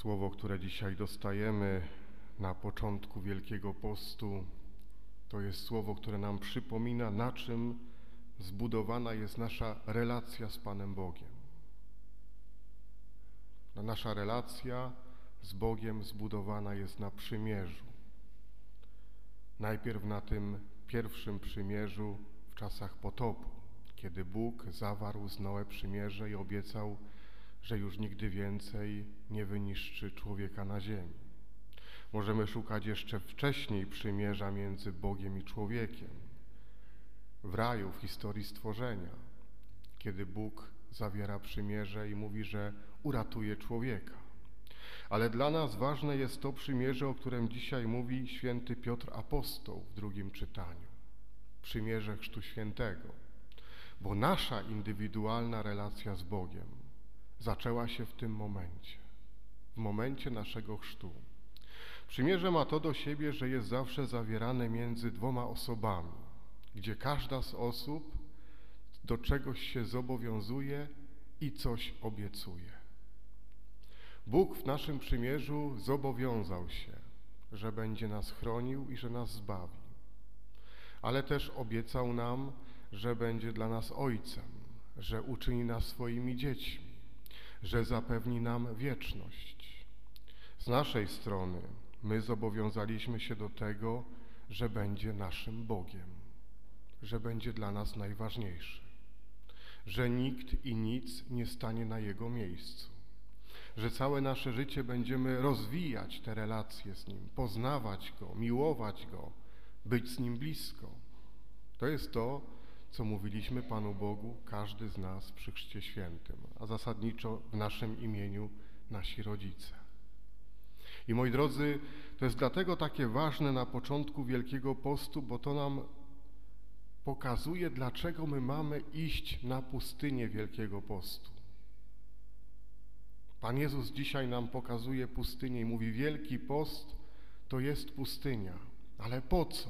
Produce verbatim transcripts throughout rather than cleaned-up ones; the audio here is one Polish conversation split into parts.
Słowo, które dzisiaj dostajemy na początku Wielkiego Postu, to jest słowo, które nam przypomina, na czym zbudowana jest nasza relacja z Panem Bogiem. Nasza relacja z Bogiem zbudowana jest na przymierzu. Najpierw na tym pierwszym przymierzu w czasach potopu, kiedy Bóg zawarł z Noe przymierze i obiecał, że już nigdy więcej nie wyniszczy człowieka na ziemi. Możemy szukać jeszcze wcześniej przymierza między Bogiem i człowiekiem. W raju, w historii stworzenia, kiedy Bóg zawiera przymierze i mówi, że uratuje człowieka. Ale dla nas ważne jest to przymierze, o którym dzisiaj mówi święty Piotr Apostoł w drugim czytaniu. Przymierze Chrztu Świętego. Bo nasza indywidualna relacja z Bogiem zaczęła się w tym momencie, w momencie naszego chrztu. Przymierze ma to do siebie, że jest zawsze zawierane między dwoma osobami, gdzie każda z osób do czegoś się zobowiązuje i coś obiecuje. Bóg w naszym przymierzu zobowiązał się, że będzie nas chronił i że nas zbawi, ale też obiecał nam, że będzie dla nas Ojcem, że uczyni nas swoimi dziećmi, że zapewni nam wieczność. Z naszej strony my zobowiązaliśmy się do tego, że będzie naszym Bogiem, że będzie dla nas najważniejszy, że nikt i nic nie stanie na Jego miejscu, że całe nasze życie będziemy rozwijać te relacje z Nim, poznawać Go, miłować Go, być z Nim blisko. To jest to, co mówiliśmy Panu Bogu, każdy z nas przy Chrzcie Świętym, a zasadniczo w naszym imieniu nasi rodzice. I moi drodzy, to jest dlatego takie ważne na początku Wielkiego Postu, bo to nam pokazuje, dlaczego my mamy iść na pustynię Wielkiego Postu. Pan Jezus dzisiaj nam pokazuje pustynię i mówi, Wielki Post to jest pustynia, ale po co?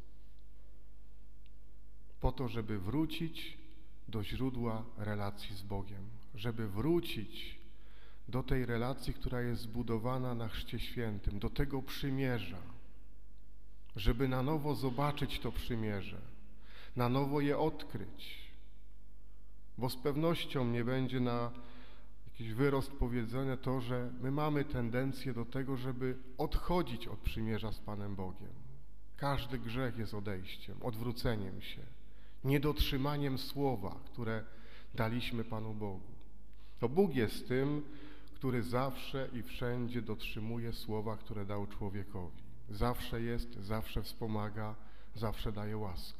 Po to, żeby wrócić do źródła relacji z Bogiem, żeby wrócić do tej relacji, która jest zbudowana na Chrzcie Świętym, do tego przymierza, żeby na nowo zobaczyć to przymierze, na nowo je odkryć, bo z pewnością nie będzie na jakiś wyrost powiedzenia to, że my mamy tendencję do tego, żeby odchodzić od przymierza z Panem Bogiem. Każdy grzech jest odejściem, odwróceniem się, niedotrzymaniem słowa, które daliśmy Panu Bogu. To Bóg jest tym, który zawsze i wszędzie dotrzymuje słowa, które dał człowiekowi. Zawsze jest, zawsze wspomaga, zawsze daje łaskę.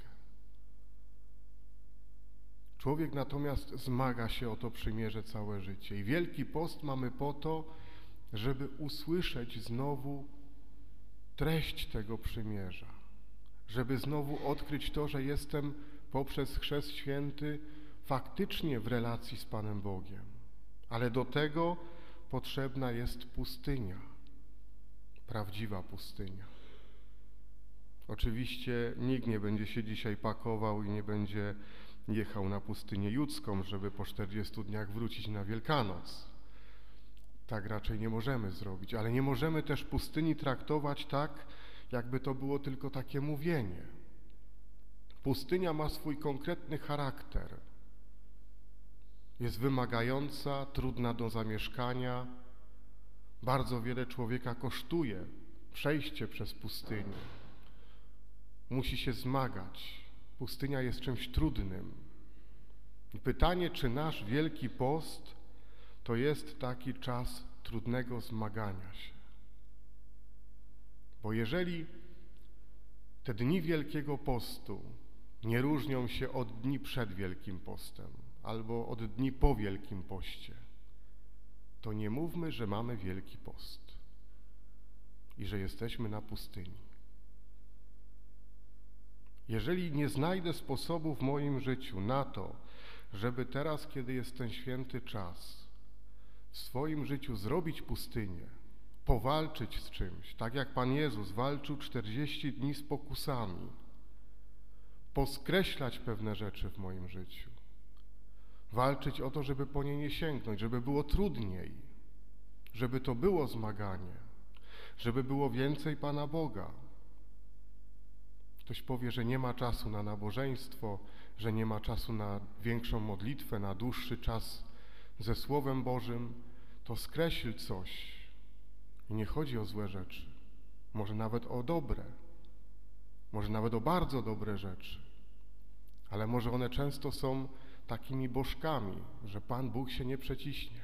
Człowiek natomiast zmaga się o to przymierze całe życie. I Wielki Post mamy po to, żeby usłyszeć znowu treść tego przymierza, żeby znowu odkryć to, że jestem poprzez Chrzest Święty faktycznie w relacji z Panem Bogiem. Ale do tego potrzebna jest pustynia, prawdziwa pustynia. Oczywiście nikt nie będzie się dzisiaj pakował i nie będzie jechał na pustynię judzką, żeby po czterdziestu dniach wrócić na Wielkanoc. Tak raczej nie możemy zrobić, ale nie możemy też pustyni traktować tak, jakby to było tylko takie mówienie. Pustynia ma swój konkretny charakter. Jest wymagająca, trudna do zamieszkania. Bardzo wiele człowieka kosztuje przejście przez pustynię. Musi się zmagać. Pustynia jest czymś trudnym. I pytanie, czy nasz Wielki Post to jest taki czas trudnego zmagania się. Bo jeżeli te dni Wielkiego Postu nie różnią się od dni przed Wielkim Postem albo od dni po Wielkim Poście, to nie mówmy, że mamy Wielki Post i że jesteśmy na pustyni. Jeżeli nie znajdę sposobu w moim życiu na to, żeby teraz, kiedy jest ten święty czas, w swoim życiu zrobić pustynię, powalczyć z czymś, tak jak Pan Jezus walczył czterdzieści dni z pokusami, poskreślać pewne rzeczy w moim życiu, walczyć o to, żeby po nie nie sięgnąć, żeby było trudniej, żeby to było zmaganie, żeby było więcej Pana Boga. Ktoś powie, że nie ma czasu na nabożeństwo, że nie ma czasu na większą modlitwę, na dłuższy czas ze Słowem Bożym, to skreśl coś. I nie chodzi o złe rzeczy, może nawet o dobre, może nawet o bardzo dobre rzeczy, ale może one często są takimi bożkami, że Pan Bóg się nie przeciśnie,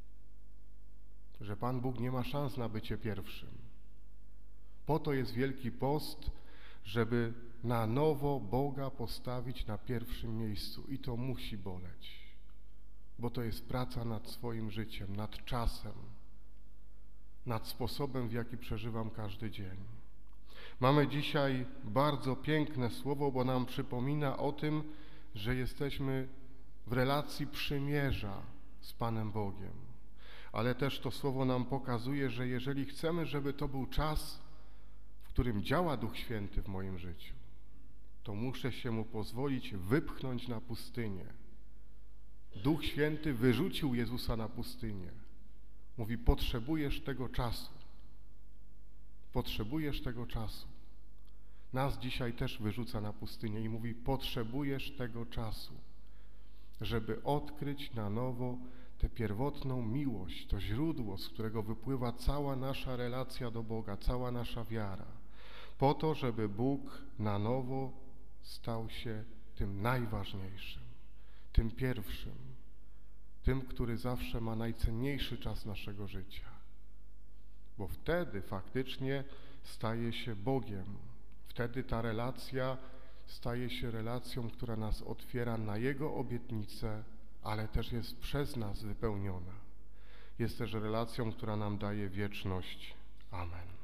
że Pan Bóg nie ma szans na bycie pierwszym. Po to jest Wielki Post, żeby na nowo Boga postawić na pierwszym miejscu i to musi boleć, bo to jest praca nad swoim życiem, nad czasem, nad sposobem, w jaki przeżywam każdy dzień. Mamy dzisiaj bardzo piękne słowo, bo nam przypomina o tym, że jesteśmy w relacji przymierza z Panem Bogiem. Ale też to słowo nam pokazuje, że jeżeli chcemy, żeby to był czas, w którym działa Duch Święty w moim życiu, to muszę się Mu pozwolić wypchnąć na pustynię. Duch Święty wyrzucił Jezusa na pustynię. Mówi, potrzebujesz tego czasu. Potrzebujesz tego czasu. Nas dzisiaj też wyrzuca na pustynię i mówi, potrzebujesz tego czasu, żeby odkryć na nowo tę pierwotną miłość, to źródło, z którego wypływa cała nasza relacja do Boga, cała nasza wiara, po to, żeby Bóg na nowo stał się tym najważniejszym, tym pierwszym, tym, który zawsze ma najcenniejszy czas naszego życia. Bo wtedy faktycznie staje się Bogiem. Wtedy ta relacja staje się relacją, która nas otwiera na Jego obietnice, ale też jest przez nas wypełniona. Jest też relacją, która nam daje wieczność. Amen.